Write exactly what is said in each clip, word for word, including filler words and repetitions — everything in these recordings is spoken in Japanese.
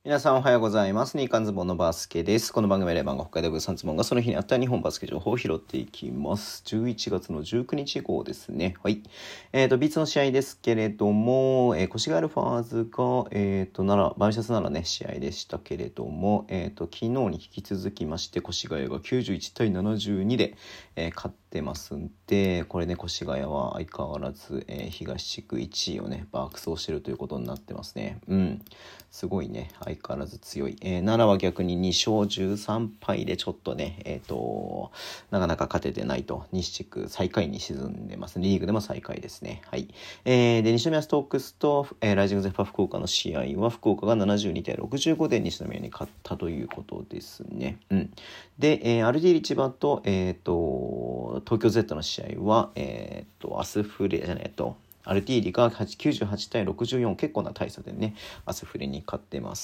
皆さんおはようございます。ニーカンズボンのバスケです。この番組はレバンが北海道ブーサンズボンがその日にあった日本バスケ情報を拾っていきます。じゅういちがつのじゅうくにち号ですね。はい。えっ、ー、と、ビーツの試合ですけれども、えー、越谷アルファーズが、えっ、ー、と、奈良、バイシャス奈良ね、試合でしたけれども、えっ、ー、と、昨日に引き続きまして、越谷がきゅうじゅういちたいななじゅうにで、えー、勝ってますんで、これね、越谷は相変わらず、えー、東地区いちいをね、爆走してるということになってますね。うん。すごいね、相変わらず強い。えー、奈良は逆ににしょうじゅうさんぱいでちょっとね、えっ、ー、と、なかなか勝ててないと、西地区最下位に沈んでます。リーグでも最下位ですね。はい。えー、で、西宮ストークスと、えー、ライジングゼファ福岡の試合は、福岡がななじゅうにたいろくじゅうごで西宮に勝ったということですね。うん。で、えー、アルディーリ千葉と、えっ、ー、と、東京 Z の試合は、えっ、ー、と、アスフレじゃない、えっと、アルティーリがきゅうじゅうはちたいろくじゅうよん、結構な大差でね、アスフレに勝ってます。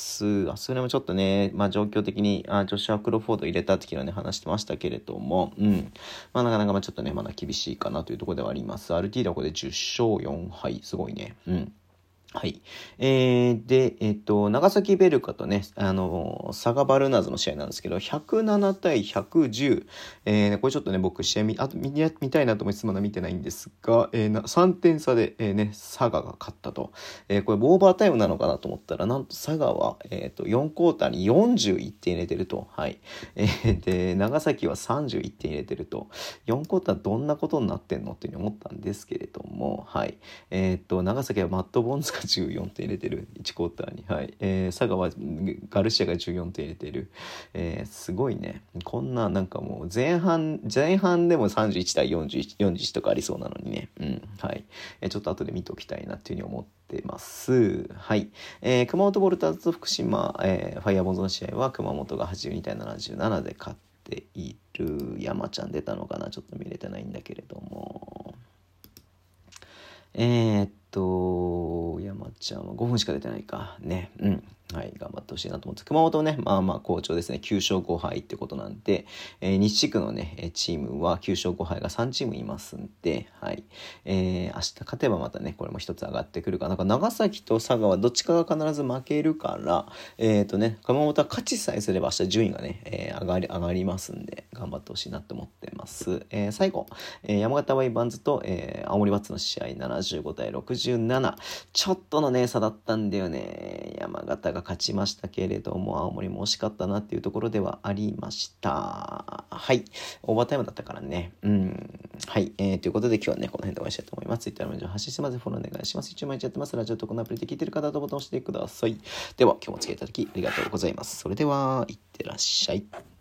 アスフレもちょっとね、まあ状況的に、あ、ジョシュア・クロフォード入れた時のね、話してましたけれども、うん。まあなかなかまあちょっとね、まだ厳しいかなというところではあります。アルティーリはこれでじゅっしょうよんはい、すごいね。うん。はい。えー、で、えっと、長崎ベルカとね、あの、サガバルナーズの試合なんですけど、ひゃくななたいひゃくじゅう、えー、これちょっとね、僕試合見、あと見、見たいなと思いつつまだ見てないんですが、えー、なさんてんさで、えー、ね、サガが勝ったと。えー、これオーバータイムなのかなと思ったら、なんとサガは、えっと、よんクォーターによんじゅういってん入れてると。はい。えー、で、長崎はさんじゅういってん入れてると。よんクォーターどんなことになってんのっていうふうに思ったんですけれども、はい。えっと、長崎はマット・ボンズがじゅうよんてん入れてる。いちクォーターに。はい。えー、佐賀はガルシアがじゅうよんてん入れてる。えー、すごいね。こんな、なんかもう前半、前半でもさんじゅういちたいよんじゅういち、よんじゅういちとかありそうなのにね。うん。はい。えー、ちょっと後で見ておきたいなっていうふうに思ってます。はい。えー、熊本ボルターズと福島、えー、ファイヤーボンズの試合は熊本がはちじゅうにたいななじゅうななで勝っている。山ちゃん出たのかな、ちょっと見れてないんだけれども。えー、っと、山ちゃんはごふんしか出てないか。ね。うん。はい。頑張ってほしいなと思って。熊本ね、まあまあ好調ですね。きゅうしょうごはいってことなんで、えー、西地区のね、チームはきゅうしょうごはいがさんチームいますんで、はい。えー、明日勝てばまたね、これも一つ上がってくるかな。なんか長崎と佐賀はどっちかが必ず負けるから、えー、っとね、熊本は勝ちさえすれば明日順位がね、えー、上がり、上がりますんで、頑張ってほしいなと思ってます。えー、最後、えー、山形ワイバンズと、えー、青森ワッツの試合ななじゅうごたいろくじゅうなな。ちょっとのね、差だったんだよね。山形が勝ちましたけれども、青森も惜しかったなっていうところではありました。はい。オーバータイムだったからね。うん。はい。えー、ということで今日はね、この辺で終わりしたいと思います。Twitter の文章発信してます。フォローお願いします。一応毎日やってます。ラジオとこのアプリで聞いてる方はボタンを押してください。では、今日もお付き合いいただきありがとうございます。それでは、いってらっしゃい。